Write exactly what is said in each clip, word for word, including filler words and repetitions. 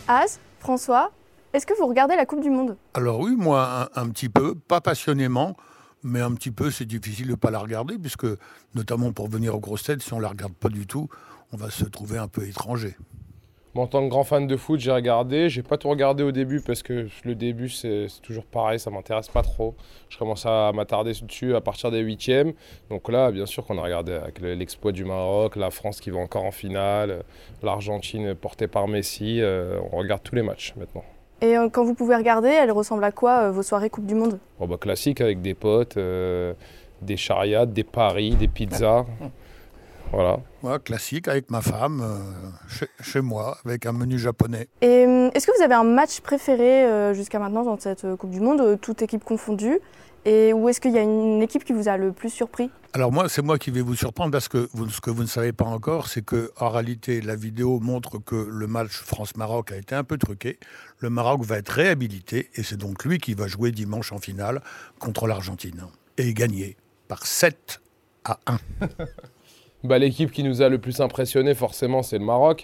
Az, François, est-ce que vous regardez la Coupe du Monde ? Alors oui, moi, un, un petit peu, pas passionnément, mais un petit peu, c'est difficile de ne pas la regarder, puisque, notamment pour venir aux grosses têtes, si on ne la regarde pas du tout, on va se trouver un peu étranger. Bon, en tant que grand fan de foot, j'ai regardé. J'ai pas tout regardé au début parce que le début, c'est, c'est toujours pareil, ça m'intéresse pas trop. Je commence à m'attarder dessus à partir des huitièmes. Donc là, bien sûr qu'on a regardé avec l'exploit du Maroc, la France qui va encore en finale, l'Argentine portée par Messi. Euh, on regarde tous les matchs maintenant. Et euh, quand vous pouvez regarder, elles ressemblent à quoi euh, vos soirées Coupe du Monde ? Bon, bah, classique avec des potes, euh, des charriades, des paris, des pizzas. Voilà. Moi, classique avec ma femme, euh, chez, chez moi, avec un menu japonais. Et euh, est-ce que vous avez un match préféré euh, jusqu'à maintenant dans cette euh, Coupe du Monde, euh, toute équipe confondue ? Et ou est-ce qu'il y a une équipe qui vous a le plus surpris ? Alors moi, c'est moi qui vais vous surprendre parce que vous, ce que vous ne savez pas encore, c'est qu'en réalité, la vidéo montre que le match France-Maroc a été un peu truqué. Le Maroc va être réhabilité et c'est donc lui qui va jouer dimanche en finale contre l'Argentine et gagner par sept à un. Bah, l'équipe qui nous a le plus impressionné, forcément, c'est le Maroc,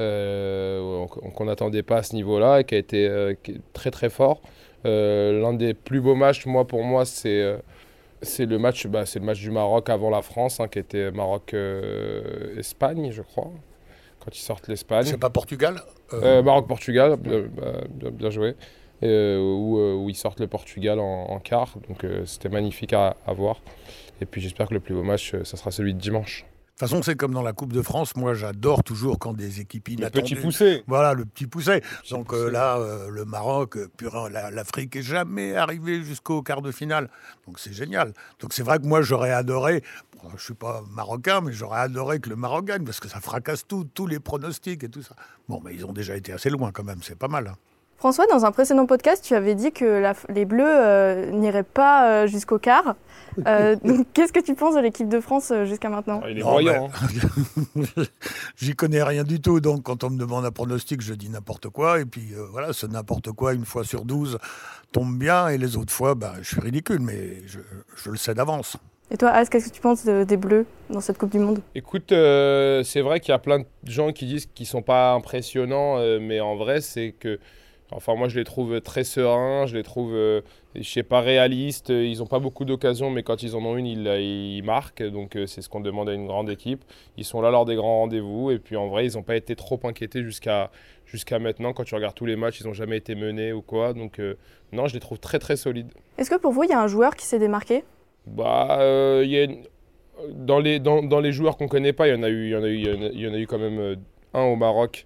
euh, qu'on n'attendait pas à ce niveau-là et qui a été euh, qui est très très fort. Euh, l'un des plus beaux matchs, moi, pour moi, c'est, euh, c'est, le, match, bah, c'est le match du Maroc avant la France, hein, qui était Maroc-Espagne, euh, je crois, quand ils sortent l'Espagne. C'est pas Portugal euh... euh, Maroc-Portugal, bien, bien, bien joué, euh, où, où ils sortent le Portugal en, en quart, donc euh, c'était magnifique à, à voir. Et puis j'espère que le plus beau match, ça sera celui de dimanche. De toute façon, c'est comme dans la Coupe de France. Moi, j'adore toujours quand des équipes inattendues... Le petit poussé. Voilà, le petit poussé. Petit Donc poussé. Euh, là, euh, le Maroc, purin, la, l'Afrique n'est jamais arrivée jusqu'au quart de finale. Donc c'est génial. Donc c'est vrai que moi, j'aurais adoré... Bon, je ne suis pas marocain, mais j'aurais adoré que le Maroc gagne, parce que ça fracasse tout, tous les pronostics et tout ça. Bon, mais ils ont déjà été assez loin quand même, c'est pas mal. Hein. François, dans un précédent podcast, tu avais dit que la, les Bleus euh, n'iraient pas euh, jusqu'au quart. Euh, donc, qu'est-ce que tu penses de l'équipe de France euh, jusqu'à maintenant ? Il est voyant. Mais... hein. J'y connais rien du tout, donc quand on me demande un pronostic, je dis n'importe quoi. Et puis euh, voilà, ce n'importe quoi, une fois sur douze, tombe bien. Et les autres fois, bah, je suis ridicule, mais je, je le sais d'avance. Et toi, Az, qu'est-ce que tu penses de, des Bleus dans cette Coupe du Monde ? Écoute, euh, c'est vrai qu'il y a plein de gens qui disent qu'ils ne sont pas impressionnants, euh, mais en vrai, c'est que... Enfin, moi, je les trouve très sereins, je les trouve, euh, je sais pas, réalistes. Ils n'ont pas beaucoup d'occasions, mais quand ils en ont une, ils, ils marquent. Donc, euh, c'est ce qu'on demande à une grande équipe. Ils sont là lors des grands rendez-vous. Et puis, en vrai, ils n'ont pas été trop inquiétés jusqu'à, jusqu'à maintenant. Quand tu regardes tous les matchs, ils n'ont jamais été menés ou quoi. Donc, euh, non, je les trouve très, très solides. Est-ce que pour vous, il y a un joueur qui s'est démarqué ? Bah, euh, y a une... dans, les, dans, dans les joueurs qu'on ne connaît pas, il y en a eu, il y en a eu, il y en a, il y en a eu quand même euh, un au Maroc.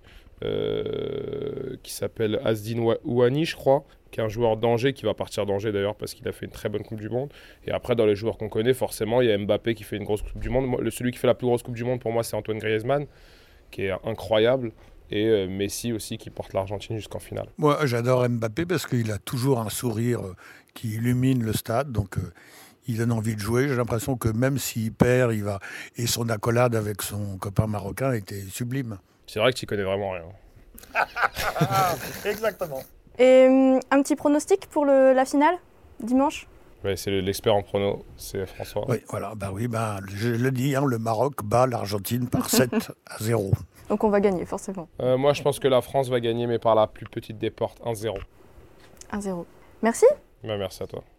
Euh, qui s'appelle Azdine Ouani, je crois, qui est un joueur d'Angers, qui va partir d'Angers d'ailleurs parce qu'il a fait une très bonne Coupe du Monde. Et après, dans les joueurs qu'on connaît, forcément, il y a Mbappé qui fait une grosse Coupe du Monde. Moi, celui qui fait la plus grosse Coupe du Monde, pour moi, c'est Antoine Griezmann, qui est incroyable. Et euh, Messi aussi, qui porte l'Argentine jusqu'en finale. Moi, j'adore Mbappé parce qu'il a toujours un sourire qui illumine le stade. Donc, euh, il donne envie de jouer. J'ai l'impression que même s'il perd, il va... Et son accolade avec son copain marocain était sublime. C'est vrai que tu connais vraiment rien. Exactement. Et euh, un petit pronostic pour le, la finale, dimanche ? Ouais, c'est l'expert en prono, c'est François. Oui, voilà, bah oui, bah, je le dis, hein, le Maroc bat l'Argentine par sept à zéro. Donc on va gagner, forcément. Euh, moi, je pense que la France va gagner, mais par la plus petite des portes, un zéro. un zéro. Merci. Bah, merci à toi.